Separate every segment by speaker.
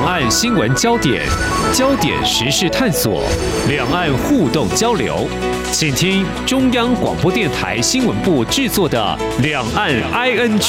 Speaker 1: 岸新闻焦点，焦点时事探索，两岸互动交流。请听中央广播电台新闻部制作的《两岸 ING》。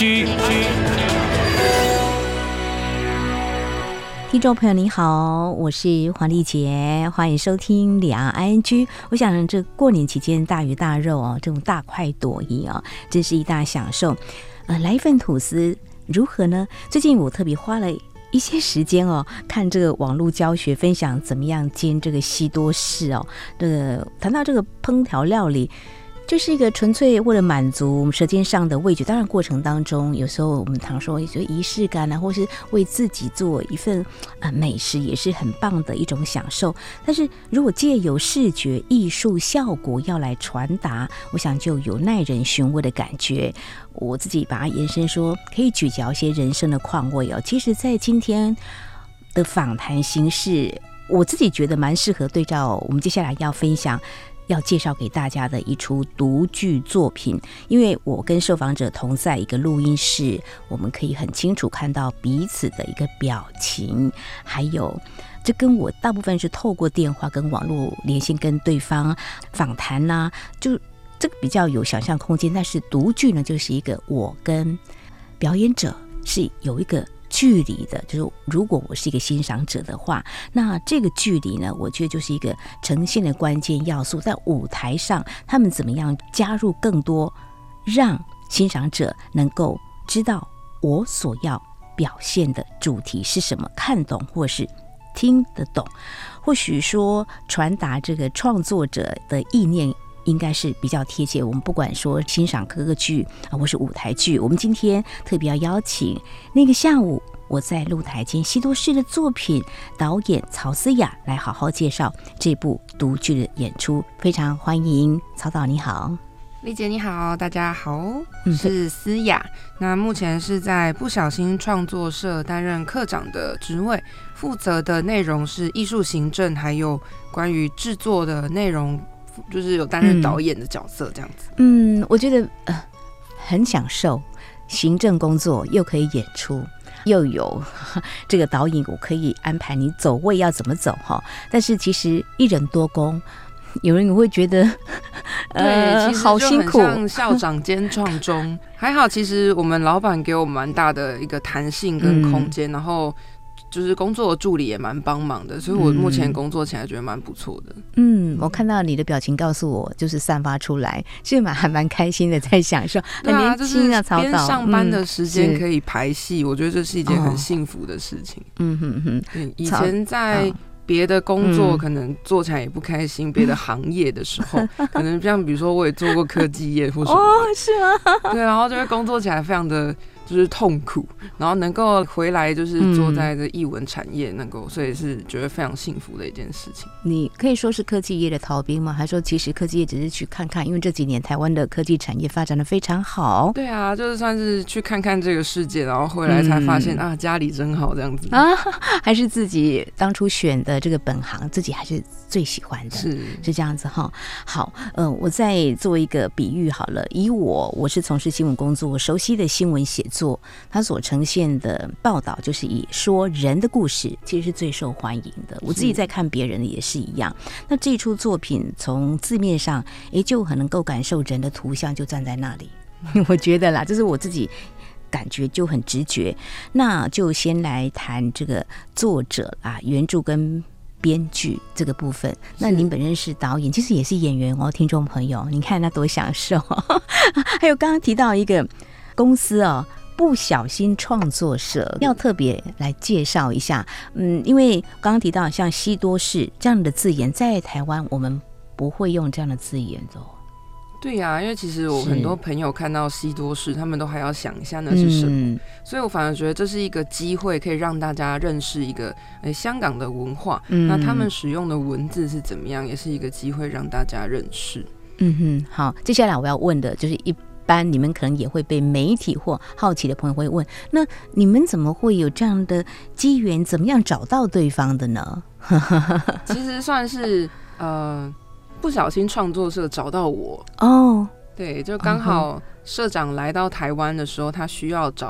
Speaker 2: 听众朋友您好，我是黄丽杰，欢迎收听两岸 ING。我想这过年期间大鱼大肉哦，这种大快朵颐哦，真是一大享受。来一份吐司如何呢？最近我特别花了一些时间哦，看这个网络教学分享怎么样煎这个西多士哦。谈到这个烹调料理，就是一个纯粹为了满足我们舌尖上的味觉，当然过程当中有时候我们常说就仪式感啊，或是为自己做一份美食也是很棒的一种享受。但是如果借由视觉艺术效果要来传达，我想就有耐人寻味的感觉。我自己把它延伸说，可以咀嚼一些人生的况味哦。其实在今天的访谈形式，我自己觉得蛮适合对照我们接下来要分享要介绍给大家的一出独剧作品。因为我跟受访者同在一个录音室，我们可以很清楚看到彼此的一个表情，还有这跟我大部分是透过电话跟网络连线跟对方访谈啊，就这个比较有想象空间。但是独剧呢，就是一个我跟表演者是有一个距离的，就是如果我是一个欣赏者的话，那这个距离呢，我觉得就是一个呈现的关键要素。在舞台上他们怎么样加入更多，让欣赏者能够知道我所要表现的主题是什么，看懂或是听得懂，或许说传达这个创作者的意念应该是比较贴切。我们不管说欣赏歌剧或是舞台剧，我们今天特别要邀请那个下午我在露台间西多士的作品导演曹思雅来好好介绍这部独剧的演出。非常欢迎曹导，你好。
Speaker 3: 丽姐你好，大家好，我是思雅。那目前是在不小心创作社担任课长的职位，负责的内容是艺术行政，还有关于制作的内容，就是有担任导演的角色这样子。
Speaker 2: 我觉得很享受行政工作，又可以演出，又有这个导演，我可以安排你走位要怎么走哈。但是其实一人多工，有人会觉得
Speaker 3: 对，其实
Speaker 2: 好辛苦，
Speaker 3: 就很像校长兼创中。还好，其实我们老板给我们蛮大的一个弹性跟空间，然后就是工作的助理也蛮帮忙的，所以我目前工作起来觉得蛮不错的。
Speaker 2: 我看到你的表情告诉我，就是散发出来是还蛮开心的，在享受。很年轻啊，曹导。边
Speaker 3: 上班的时间可以排戏，我觉得这是一件很幸福的事情。以前在别的工作可能做起来也不开心，别的行业的时候，可能像比如说我也做过科技业或什么
Speaker 2: 是吗？
Speaker 3: 对，然后就会工作起来非常的就是痛苦，然后能够回来就是做在这艺文产业，能够所以是觉得非常幸福的一件事情。
Speaker 2: 你可以说是科技业的逃兵吗？还说其实科技业只是去看看，因为这几年台湾的科技产业发展的非常好。
Speaker 3: 对啊，就是算是去看看这个世界，然后回来才发现家里真好这样子
Speaker 2: 还是自己当初选的这个本行，自己还是最喜欢的，是这样子哈。好，我再做一个比喻好了，以我是从事新闻工作，我熟悉的新闻写作，它所呈现的报道就是以说人的故事，其实是最受欢迎的。我自己在看别人的也是一样。那这一出作品从字面上，就很能够感受人的图像就站在那里，我觉得啦，这是我自己感觉就很直觉。那就先来谈这个作者啦，原著跟编剧这个部分。那您本身是导演，其实也是演员哦，听众朋友，你看那多享受还有刚刚提到一个公司哦，不小心创作社，要特别来介绍一下。因为刚刚提到像西多士这样的字眼，在台湾我们不会用这样的字眼的哦。
Speaker 3: 对呀，因为其实我很多朋友看到西多士，他们都还要想一下那是什么，所以我反而觉得这是一个机会，可以让大家认识一个香港的文化，那他们使用的文字是怎么样，也是一个机会让大家认识。
Speaker 2: 好，接下来我要问的就是一般你们可能也会被媒体或好奇的朋友会问，那你们怎么会有这样的机缘，怎么样找到对方的呢？
Speaker 3: 其实算是不小心创作社找到我对，就刚好社长来到台湾的时候，他需要找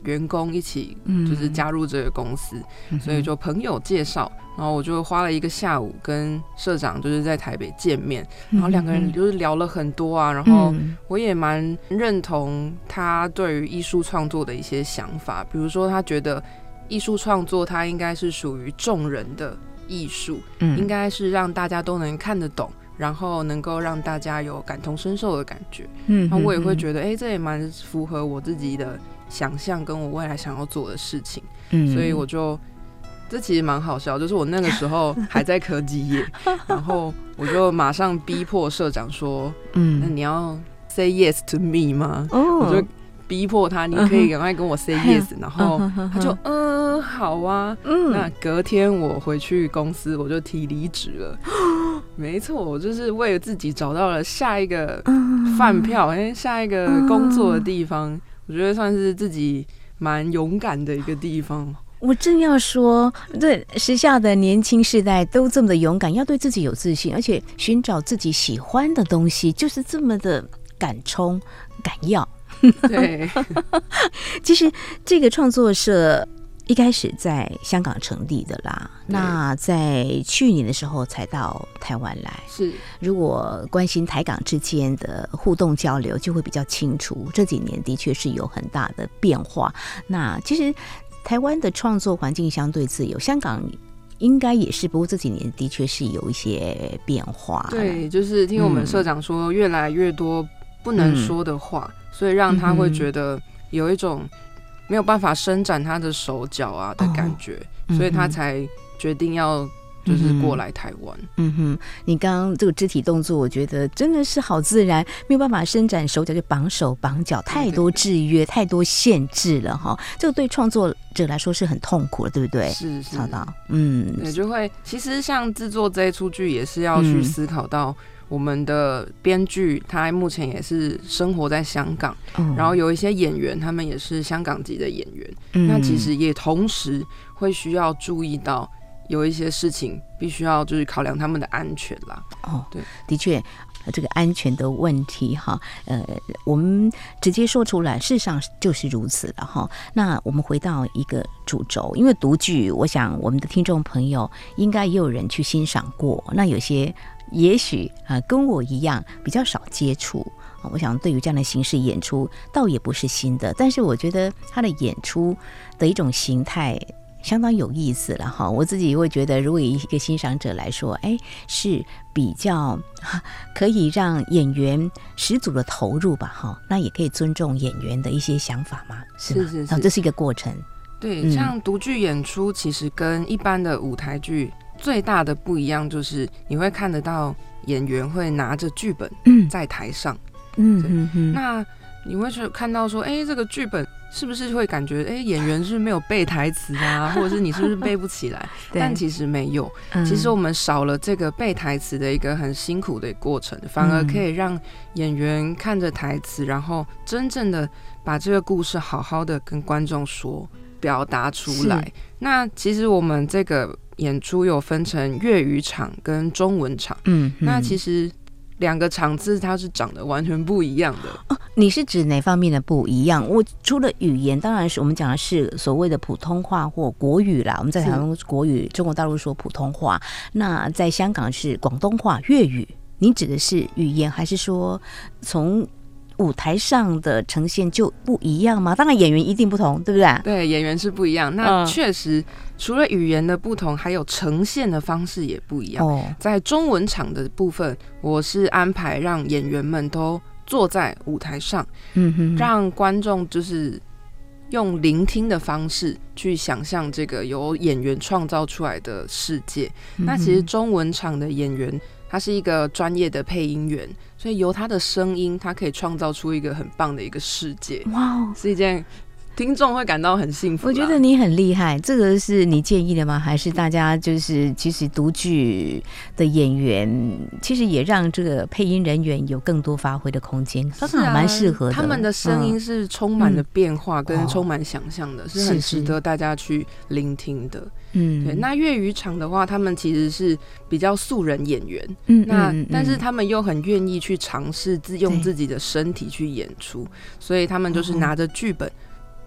Speaker 3: 员工一起就是加入这个公司，所以就朋友介绍，然后我就花了一个下午跟社长就是在台北见面，然后两个人就是聊了很多啊，然后我也蛮认同他对于艺术创作的一些想法，比如说他觉得艺术创作它应该是属于众人的艺术，应该是让大家都能看得懂，然后能够让大家有感同身受的感觉。那我也会觉得，这也蛮符合我自己的想象，跟我未来想要做的事情。所以我就，这其实蛮好笑，就是我那个时候还在科技业，然后我就马上逼迫社长说，那你要 say yes to me 吗？我就逼迫他，你可以赶快跟我 say yes， 然后他就好啊。那隔天我回去公司，我就提离职了。没错，我就是为了自己找到了下一个饭票，下一个工作的地方，我觉得算是自己蛮勇敢的一个地方。
Speaker 2: 我正要说，对时下的年轻世代都这么的勇敢，要对自己有自信，而且寻找自己喜欢的东西，就是这么的敢冲敢要。
Speaker 3: 对，
Speaker 2: 其实这个创作社一开始在香港成立的啦，那在去年的时候才到台湾来。
Speaker 3: 是，
Speaker 2: 如果关心台港之间的互动交流，就会比较清楚。这几年的确是有很大的变化。那其实台湾的创作环境相对自由，香港应该也是，不过这几年的确是有一些变化。
Speaker 3: 对，就是听我们社长说，越来越多不能说的话，所以让他会觉得有一种没有办法伸展他的手脚啊的感觉，所以他才决定要就是过来台湾。
Speaker 2: 你刚刚这个肢体动作，我觉得真的是好自然，没有办法伸展手脚，就绑手绑脚，太多制约，太多限制了哈。这个对创作者来说是很痛苦的，对不对？
Speaker 3: 是，
Speaker 2: 好的，
Speaker 3: 对，就会其实像制作这一出剧，也是要去思考到我们的编剧，他目前也是生活在香港，然后有一些演员，他们也是香港籍的演员，那其实也同时会需要注意到有一些事情必须要就是考量他们的安全啦。对，
Speaker 2: 的确。这个安全的问题哈，我们直接说出来，事实上就是如此了哈。那我们回到一个主轴，因为读剧，我想我们的听众朋友应该也有人去欣赏过，那有些也许跟我一样比较少接触。我想对于这样的形式演出，倒也不是新的，但是我觉得它的演出的一种形态相当有意思了哈，我自己会觉得，如果以一个欣赏者来说，是比较可以让演员十足的投入吧哈，那也可以尊重演员的一些想法嘛，是吗？是，这是一个过程。
Speaker 3: 对，像读剧演出，其实跟一般的舞台剧最大的不一样，就是你会看得到演员会拿着剧本在台上，那你会去看到说，这个剧本是不是会感觉，演员是没有背台词啊，或者是你是不是背不起来？但其实没有，其实我们少了这个背台词的一个很辛苦的过程，反而可以让演员看着台词，然后真正的把这个故事好好的跟观众说，表达出来。那其实我们这个演出有分成粤语场跟中文场，那其实两个场次它是长得完全不一样的。
Speaker 2: 你是指哪方面的不一样？我除了语言，当然是我们讲的是所谓的普通话或国语啦。我们在台湾国语，中国大陆说普通话，那在香港是广东话、粤语。你指的是语言，还是说从舞台上的呈现就不一样吗？当然演员一定不同，对不对？
Speaker 3: 对，演员是不一样。那确实，除了语言的不同，还有呈现的方式也不一样。在中文场的部分，我是安排让演员们都坐在舞台上，让观众就是用聆听的方式去想象这个由演员创造出来的世界。那其实中文场的演员，他是一个专业的配音员，所以由他的声音，他可以创造出一个很棒的一个世界。哇，是一件听众会感到很幸福。
Speaker 2: 我觉得你很厉害，这个是你建议的吗？还是大家就是其实读剧的演员，其实也让这个配音人员有更多发挥的空间，是蛮适合的。
Speaker 3: 他们的声音是充满了变化跟充满想象的，是很值得大家去聆听的。对。那粤语场的话，他们其实是比较素人演员，但是他们又很愿意去尝试用自己的身体去演出，所以他们就是拿着剧本。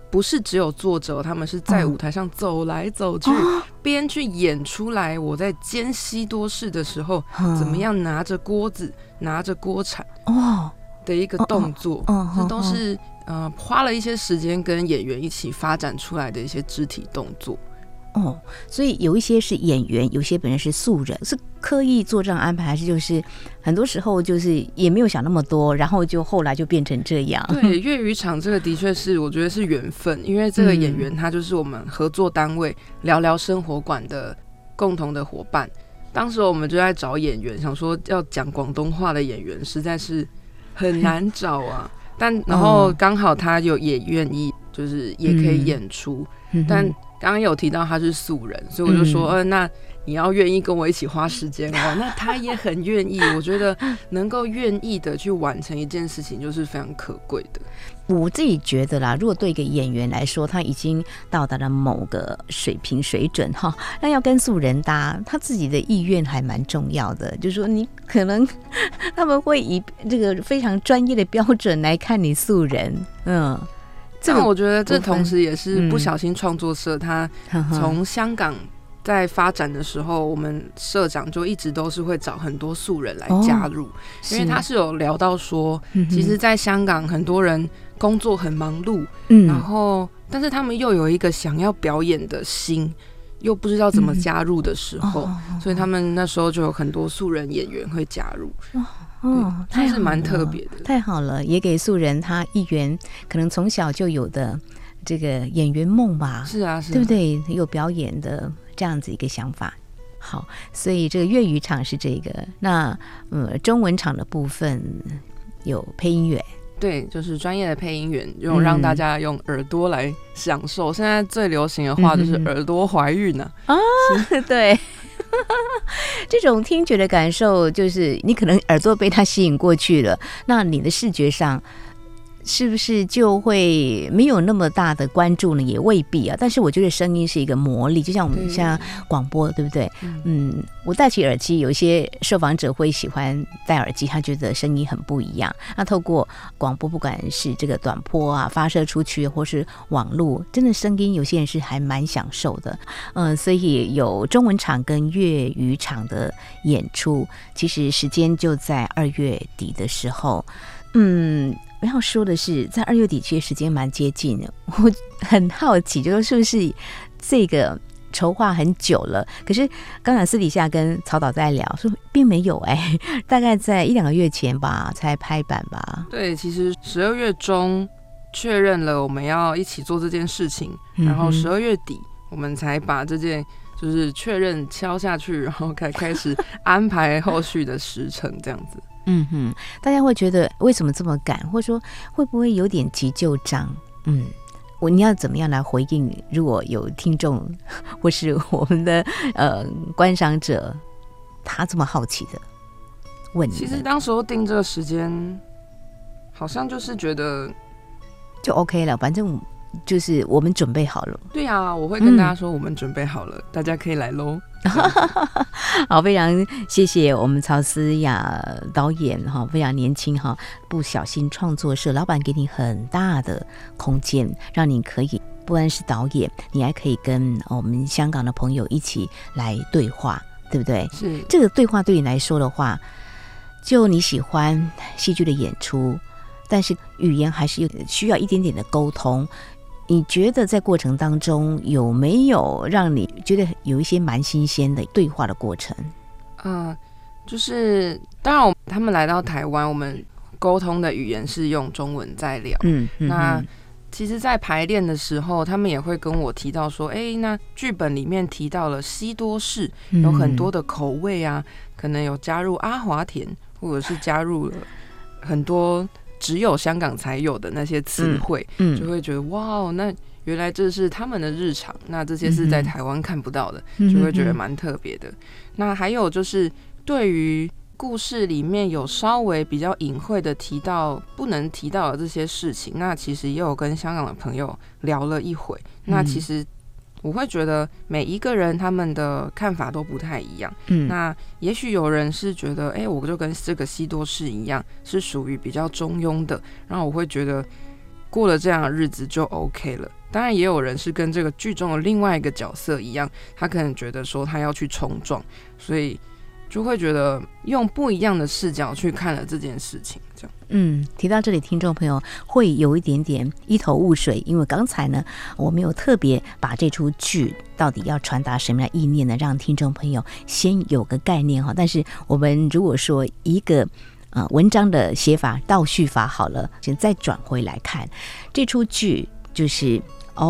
Speaker 3: 不是只有坐着，他们是在舞台上走来走去，边去演出来我在煎西多士的时候，怎么样拿着锅子、拿着锅铲的一个动作，这都是花了一些时间跟演员一起发展出来的一些肢体动作。
Speaker 2: 所以有一些是演员，有些本身是素人，是刻意做这样安排，还是就是很多时候就是也没有想那么多，然后就后来就变成这样？
Speaker 3: 对，粤语场这个的确是我觉得是缘分，因为这个演员他就是我们合作单位聊聊生活馆的共同的伙伴。当时我们就在找演员，想说要讲广东话的演员实在是很难找啊。然后刚好他也愿意，就是也可以演出，但刚刚有提到他是素人，所以我就说，那你要愿意跟我一起花时间哦。那他也很愿意，我觉得能够愿意的去完成一件事情，就是非常可贵的。
Speaker 2: 我自己觉得啦，如果对一个演员来说，他已经到达了某个水平水准哈，那要跟素人搭，他自己的意愿还蛮重要的。就是说，你可能他们会以这个非常专业的标准来看你素人，
Speaker 3: 这个我觉得这同时也是不小心创作社，他从香港在发展的时候，我们社长就一直都是会找很多素人来加入，因为他是有聊到说，其实在香港很多人工作很忙碌，然后但是他们又有一个想要表演的心，又不知道怎么加入的时候，所以他们那时候就有很多素人演员会加入。它是蛮特别的，
Speaker 2: 太好了，也给素人他一圆可能从小就有的这个演员梦吧。
Speaker 3: 是啊，
Speaker 2: 对不对？有表演的这样子一个想法。好，所以这个粤语场是这个，那中文场的部分有配音员。
Speaker 3: 对，就是专业的配音员，让大家用耳朵来享受。现在最流行的话就是耳朵怀孕啊，
Speaker 2: 对。这种听觉的感受，就是你可能耳朵被它吸引过去了，那你的视觉上是不是就会没有那么大的关注呢？也未必啊。但是我觉得声音是一个魔力，就像我们现在广播，对不对？我戴起耳机，有一些受访者会喜欢戴耳机，他觉得声音很不一样。那透过广播，不管是这个短波啊发射出去，或是网络，真的声音有些人是还蛮享受的。所以有中文场跟粤语场的演出，其实时间就在2月底的时候。我要说的是，在2月底其实时间蛮接近的，我很好奇，就是是不是这个筹划很久了？可是刚才私底下跟曹导在聊，说并没有大概在1-2个月前吧才拍板吧。
Speaker 3: 对，其实12月中确认了我们要一起做这件事情，然后12月底我们才把这件就是确认敲下去，然后开始安排后续的时程这样子。
Speaker 2: 大家会觉得为什么这么赶，或者说会不会有点急就章？你要怎么样来回应？如果有听众或是我们的观赏者，他这么好奇的问你，
Speaker 3: 其实当时候定这个时间，好像就是觉得
Speaker 2: 就 OK 了，反正就是我们准备好了。
Speaker 3: 对啊，我会跟大家说我们准备好了，大家可以来咯。
Speaker 2: 好，非常谢谢我们曹思雅导演哈，非常年轻哈，不小心创作社老板给你很大的空间，让你可以不单是导演，你还可以跟我们香港的朋友一起来对话，对不对？
Speaker 3: 是
Speaker 2: 这个对话对你来说的话，就你喜欢戏剧的演出，但是语言还是需要一点点的沟通。你觉得在过程当中有没有让你觉得有一些蛮新鲜的对话的过程？
Speaker 3: 就是当然他们来到台湾，我们沟通的语言是用中文在聊。那其实在排练的时候，他们也会跟我提到说，那剧本里面提到了西多士，有很多的口味啊，可能有加入阿华田，或者是加入了很多只有香港才有的那些词汇，就会觉得哇，那原来这是他们的日常，那这些是在台湾看不到的，就会觉得蛮特别的。那还有就是对于故事里面有稍微比较隐晦的提到不能提到的这些事情，那其实也有跟香港的朋友聊了一回。那其实我会觉得每一个人他们的看法都不太一样。那也许有人是觉得，我就跟这个西多士一样，是属于比较中庸的。然后我会觉得， 过了这样的日子就 OK 了。当然也有人是跟这个剧中的另外一个角色一样，他可能觉得说他要去冲撞，所以就会觉得用不一样的视角去看了这件事情，这样。
Speaker 2: 提到这里，听众朋友会有一点点一头雾水，因为刚才呢，我没有特别把这出剧到底要传达什么样的意念呢，让听众朋友先有个概念哈。但是我们如果说一个文章的写法倒叙法好了，先再转回来看这出剧，就是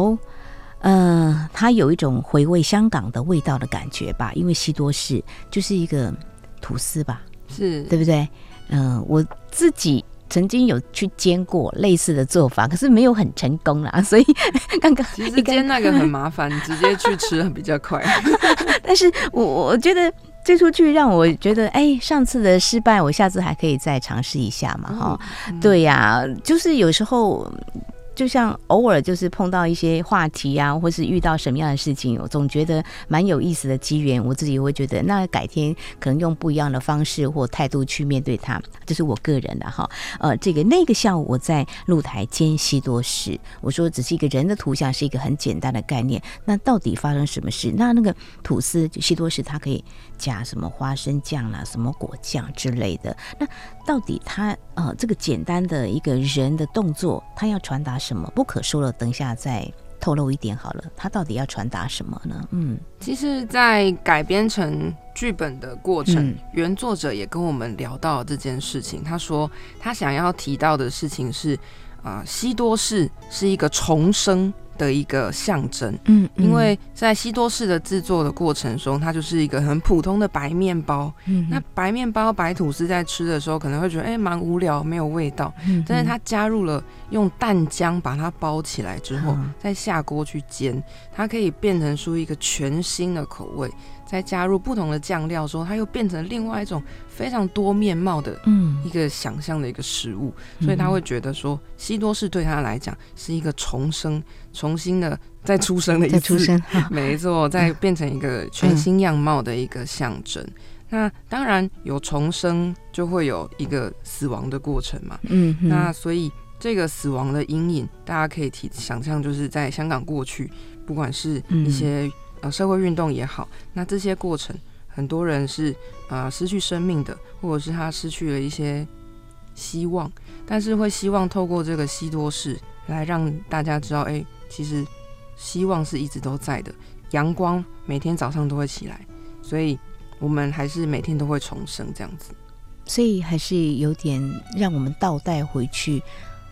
Speaker 2: 它有一种回味香港的味道的感觉吧，因为西多士就是一个吐司吧，
Speaker 3: 是
Speaker 2: 对不对？我自己曾经有去煎过类似的做法，可是没有很成功啦，所以刚刚
Speaker 3: 其实煎那个很麻烦，直接去吃比较快。
Speaker 2: 但是我觉得这出剧让我觉得，上次的失败，我下次还可以再尝试一下嘛，对呀，就是有时候。就像偶尔就是碰到一些话题啊，或是遇到什么样的事情，我总觉得蛮有意思的机缘，我自己会觉得那改天可能用不一样的方式或态度去面对它，这是我个人的哈。那个下午我在露台煎西多士，我说只是一个人的图像，是一个很简单的概念，那到底发生什么事？那个吐司就西多士它可以加什么花生酱啦、什么果酱之类的，那到底它这个简单的一个人的动作，它要传达什么？不可说了，等一下再透露一点好了。它到底要传达什么呢？
Speaker 3: 其实，在改编成剧本的过程，原作者也跟我们聊到这件事情。他说，他想要提到的事情是，西多士是一个重生的一个象征，因为在西多士的制作的过程中，它就是一个很普通的白面包，那白面包、白吐司在吃的时候可能会觉得蛮无聊，没有味道，但是它加入了用蛋浆把它包起来之后，再下锅去煎，它可以变成出一个全新的口味，再加入不同的酱料之后，它又变成另外一种非常多面貌的一个想象的一个食物，所以他会觉得说西多士对他来讲是一个重新的再出生的一次，没错，再变成一个全新样貌的一个象征。那当然有重生就会有一个死亡的过程嘛，那所以这个死亡的阴影大家可以想象，就是在香港过去不管是一些社会运动也好，那这些过程很多人是失去生命的，或者是他失去了一些希望，但是会希望透过这个西多士来让大家知道，其实希望是一直都在的，阳光每天早上都会起来，所以我们还是每天都会重生这样子。
Speaker 2: 所以还是有点让我们倒带回去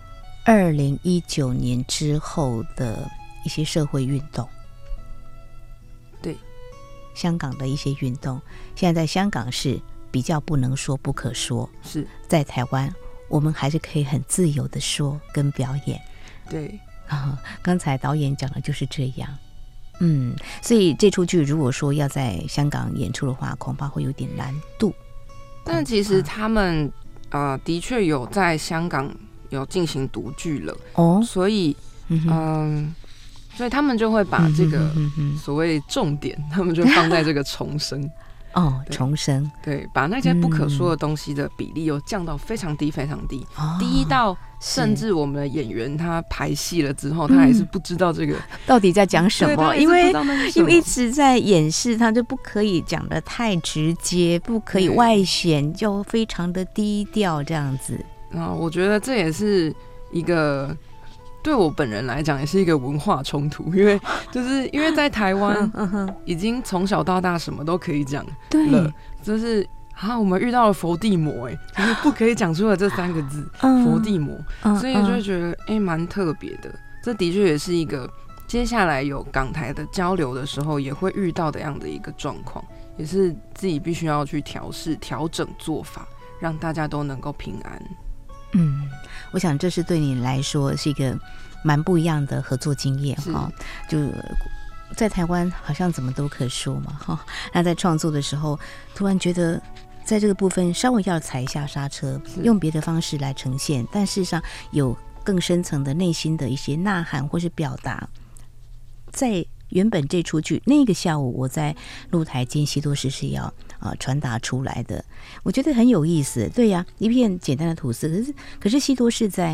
Speaker 2: 2019年之后的一些社会运动，
Speaker 3: 对，
Speaker 2: 香港的一些运动，现在在香港是比较不能说不可说，
Speaker 3: 是在
Speaker 2: 台湾我们还是可以很自由的说跟表演。
Speaker 3: 对
Speaker 2: 刚才导演讲的就是这样。所以这出剧如果说要在香港演出的话，恐怕会有点难度。
Speaker 3: 但其实他们的确有在香港有进行读剧了，所以所以他们就会把这个所谓重点，他们就放在这个重生。
Speaker 2: 重生，
Speaker 3: 对，把那些不可说的东西的比例又降到非常低非常低，低到甚至我们的演员他排戏了之后，他还是不知道这个
Speaker 2: 到底在讲什么，因为一直在演示，他就不可以讲得太直接，不可以外显，就非常的低调这样子。
Speaker 3: 我觉得这也是一个对我本人来讲也是一个文化冲突，因为在台湾已经从小到大什么都可以讲了，就是我们遇到了佛地魔，就是不可以讲出了这3个字佛地魔，所以就会觉得蛮特别的。这的确也是一个接下来有港台的交流的时候也会遇到的样的一个状况，也是自己必须要去调试调整做法，让大家都能够平安。
Speaker 2: 我想这是对你来说是一个蛮不一样的合作经验就在台湾好像怎么都可说嘛那在创作的时候突然觉得在这个部分稍微要踩一下刹车，用别的方式来呈现，但事实上有更深层的内心的一些呐喊或是表达，在原本这出剧那个下午我在露台煎西多士是要传达出来的，我觉得很有意思。对呀，一片简单的吐司，可是西多士在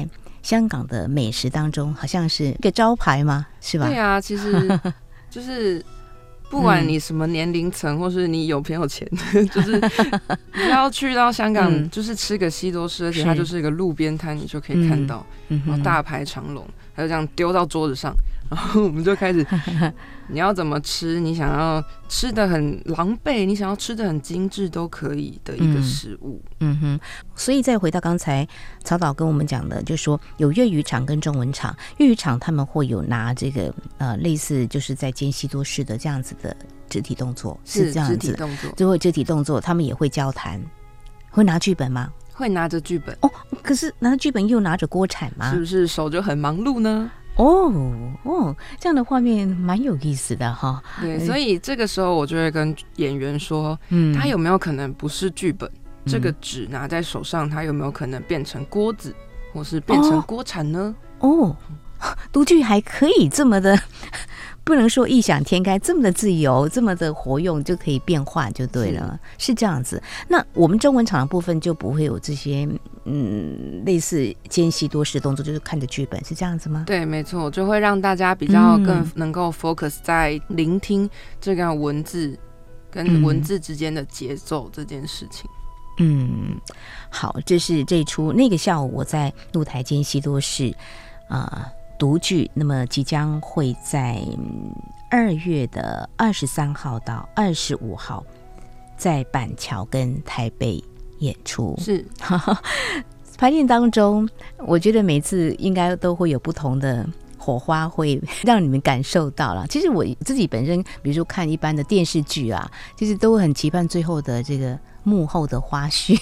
Speaker 2: 香港的美食当中好像是一个招牌吗？是吧？
Speaker 3: 对啊，其实就是不管你什么年龄层，或是你有朋友钱，就是你要去到香港，就是吃个西多士，而且它就是一个路边摊，你就可以看到，然后大排长龙，它就这样丢到桌子上，然后我们就开始，你要怎么吃？你想要吃的很狼狈，你想要吃的很精致，都可以的一个食物。
Speaker 2: 所以再回到刚才曹导跟我们讲的，就是说有粤语场跟中文场，粤语场他们会有拿这个类似就是在煎西多士的这样子的肢体动作，是这样子，
Speaker 3: 肢体动作，
Speaker 2: 就会肢体动作，他们也会交谈，会拿剧本吗？
Speaker 3: 会拿着剧本
Speaker 2: 可是拿着剧本又拿着锅铲吗？
Speaker 3: 是不是手就很忙碌呢？
Speaker 2: 这样的画面蛮有意思的哈。
Speaker 3: 对，所以这个时候我就会跟演员说，他有没有可能不是剧本？这个纸拿在手上，它有没有可能变成锅子，或是变成锅铲呢？读剧还可以这么的，不能说异想天开，这么的自由，这么的活用，就可以变化就对了，是这样子。那我们中文场的部分就不会有这些类似煎西多士的动作，就是看着剧本，是这样子吗？对，没错，就会让大家比较更能够 focus 在聆听这个文字跟文字之间的节奏这件事情。好，这是这一出那个下午我在露台煎西多士读剧，那么即将会在2月的23号到25号在板桥跟台北演出。是排练当中，我觉得每次应该都会有不同的火花会让你们感受到了。其实我自己本身，比如说看一般的电视剧啊，其实都很期盼最后的这个幕后的花絮。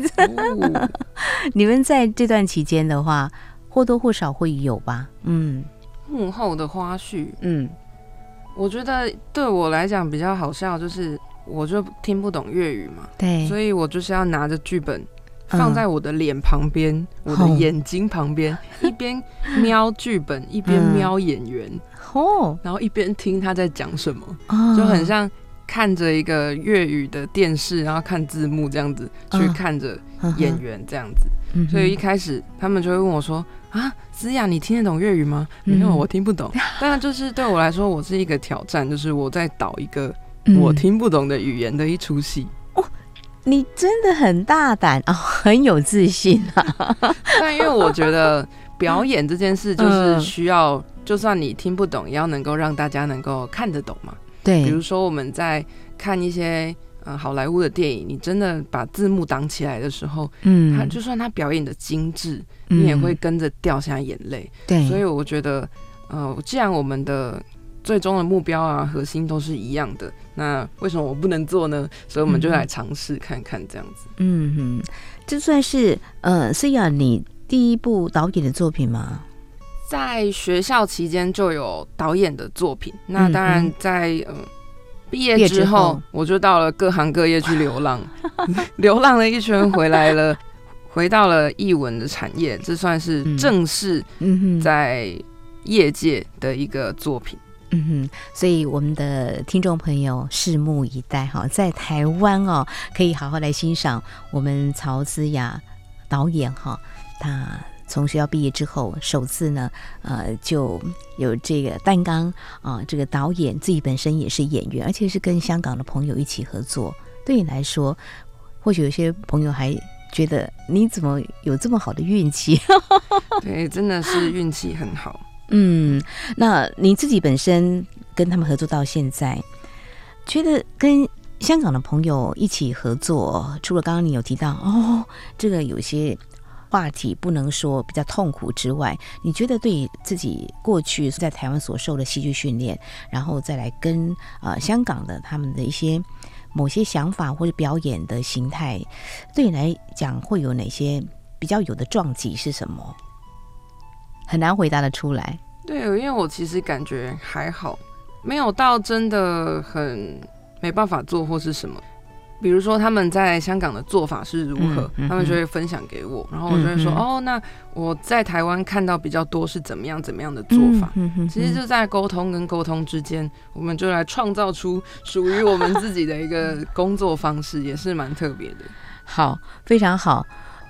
Speaker 3: 你们在这段期间的话，或多或少会有吧？幕后的花絮，我觉得对我来讲比较好笑，就是我就听不懂粤语嘛，对，所以我就是要拿着剧本放在我的脸旁边，我的眼睛旁边，一边瞄剧本，一边瞄演员，然后一边听他在讲什么，就很像看着一个粤语的电视，然后看字幕这样子去看着演员这样子。所以一开始他们就会问我说：“啊，思雅，你听得懂粤语吗？”没有，我听不懂。但就是对我来说，我是一个挑战，就是我在导一个我听不懂的语言的一出戏。你真的很大胆很有自信啊！但因为我觉得表演这件事就是需要，就算你听不懂，也要能够让大家能够看得懂嘛。对，比如说我们在看一些好莱坞的电影，你真的把字幕挡起来的时候，他就算他表演的精致，你也会跟着掉下眼泪。对，所以我觉得，既然我们的最终的目标啊、核心都是一样的，那为什么我不能做呢？所以我们就来尝试看看这样子。这算是思雅你第一部导演的作品吗？在学校期间就有导演的作品，那当然在毕业之后，我就到了各行各业去流浪，流浪了一圈回来了，回到了艺文的产业，这算是正式在业界的一个作品。所以我们的听众朋友拭目以待哈，在台湾可以好好来欣赏我们曹思雅导演哈，他从学校毕业之后，首次呢，就有这个担纲这个导演自己本身也是演员，而且是跟香港的朋友一起合作。对你来说，或许有些朋友还觉得你怎么有这么好的运气？对，真的是运气很好。那你自己本身跟他们合作到现在，觉得跟香港的朋友一起合作，除了刚刚你有提到这个有些话题不能说比较痛苦之外，你觉得对自己过去在台湾所受的戏剧训练，然后再来跟香港的他们的一些某些想法或者表演的形态，对你来讲会有哪些比较有的撞击是什么？很难回答得出来。对，因为我其实感觉还好，没有到真的很没办法做或是什么。比如说他们在香港的做法是如何，他们就会分享给我，然后我就会说那我在台湾看到比较多是怎么样的做法。其实就在沟通跟沟通之间，我们就来创造出属于我们自己的一个工作方式，也是蛮特别的。好，非常好。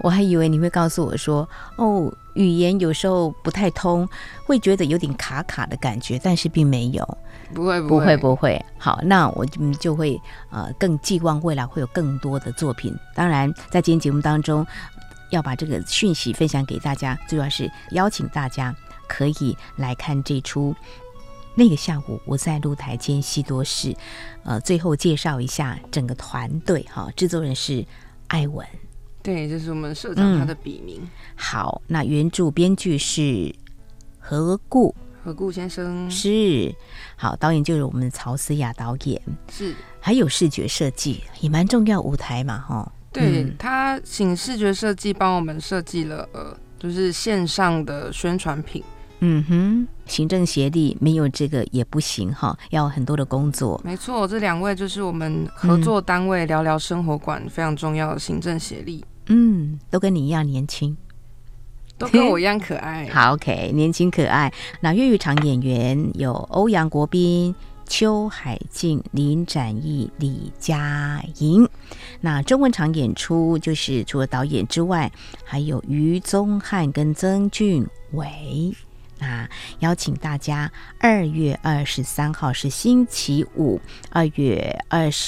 Speaker 2: 我还以为你会告诉我说，哦，语言有时候不太通，会觉得有点卡卡的感觉，但是并没有。不会。好，那我们就会更寄望未来会有更多的作品。当然，在今天节目当中，要把这个讯息分享给大家，最主要是邀请大家可以来看这出。那个下午我在露台间西多士，最后介绍一下整个团队哈，制作人是艾文，
Speaker 3: 对，这是我们社长他的笔名。
Speaker 2: 好，那原著编剧是何故先生，是好，导演就是我们曹思雅导演，
Speaker 3: 是，
Speaker 2: 还有视觉设计也蛮重要，舞台嘛哈。
Speaker 3: 对，他请视觉设计帮我们设计了就是线上的宣传品。
Speaker 2: 行政协力没有这个也不行哈，要很多的工作。
Speaker 3: 没错，这2位就是我们合作单位聊聊生活馆非常重要的行政协力。
Speaker 2: 都跟你一样年轻，
Speaker 3: 都跟我一样可爱。
Speaker 2: 好 ，OK， 年轻可爱。那粤语场演员有欧阳国斌、邱海静、林展毅、李佳莹。那中文场演出就是除了导演之外，还有于宗翰跟曾俊伟。那邀请大家2月23号是星期五，2月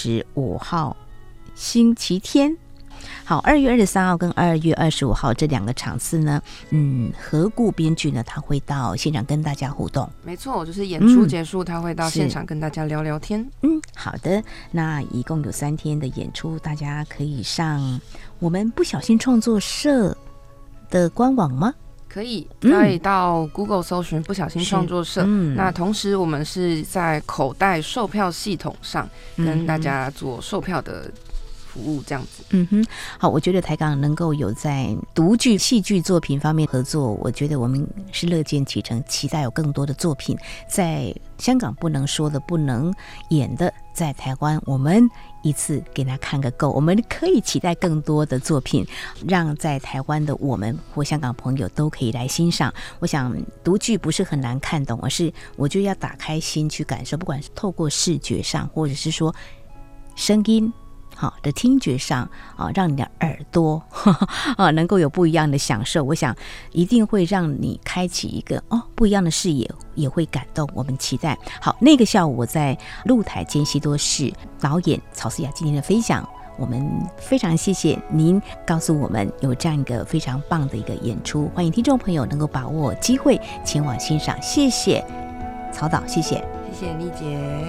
Speaker 2: 25号星期天。好，2月23号跟2月25号这2个场次呢，何故编剧呢，他会到现场跟大家互动。
Speaker 3: 没错，就是演出结束，他会到现场跟大家聊聊天。
Speaker 2: 好的，那一共有3天的演出，大家可以上我们不小心创作社的官网吗？
Speaker 3: 可以到 Google 搜寻不小心创作社。那同时我们是在口袋售票系统上跟大家做售票的服务，这样子。
Speaker 2: 好，我觉得台港能够有在独剧、戏剧作品方面合作，我觉得我们是乐见其成，期待有更多的作品在香港不能说的、不能演的，在台湾我们一次给他看个够。我们可以期待更多的作品，让在台湾的我们或香港朋友都可以来欣赏。我想独剧不是很难看懂，而是我觉得要打开心去感受，不管是透过视觉上，或者是说声音好的听觉上让你的耳朵能够有不一样的享受，我想一定会让你开启一个不一样的视野，也会感动。我们期待。好，那个下午我在露台间西多士导演曹思雅今天的分享，我们非常谢谢您告诉我们有这样一个非常棒的一个演出，欢迎听众朋友能够把握机会前往欣赏。谢谢曹导，谢谢
Speaker 3: 丽姐。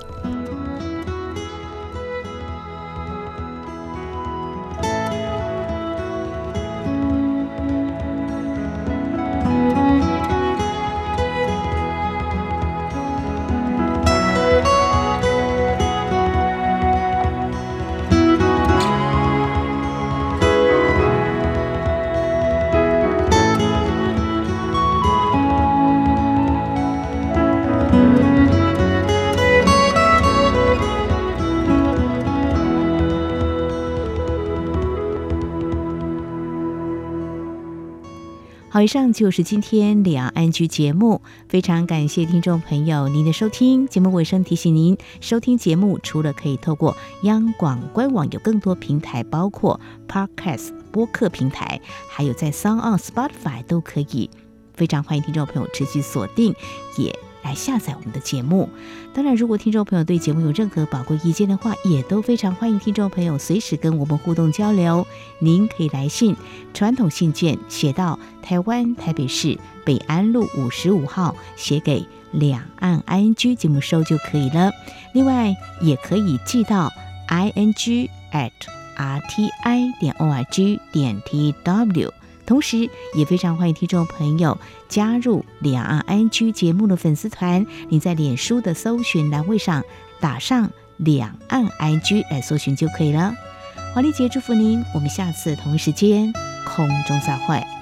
Speaker 2: 好，以上就是今天两岸居节目，非常感谢听众朋友您的收听。节目尾声提醒您，收听节目除了可以透过央广官网，有更多平台，包括 Podcast 播客平台，还有在 SoundOn、Spotify 都可以。非常欢迎听众朋友持续锁定，也来下载我们的节目。当然，如果听众朋友对节目有任何宝贵意见的话，也都非常欢迎听众朋友随时跟我们互动交流。您可以来信，传统信件写到台湾台北市北安路55号，写给两岸 ING 节目收就可以了。另外，也可以寄到 ing@rti.org.tw。同时也非常欢迎听众朋友加入两岸 ING 节目的粉丝团，你在脸书的搜寻栏位上打上两岸 ING 来搜寻就可以了。华丽姐祝福您，我们下次同一时间空中再会。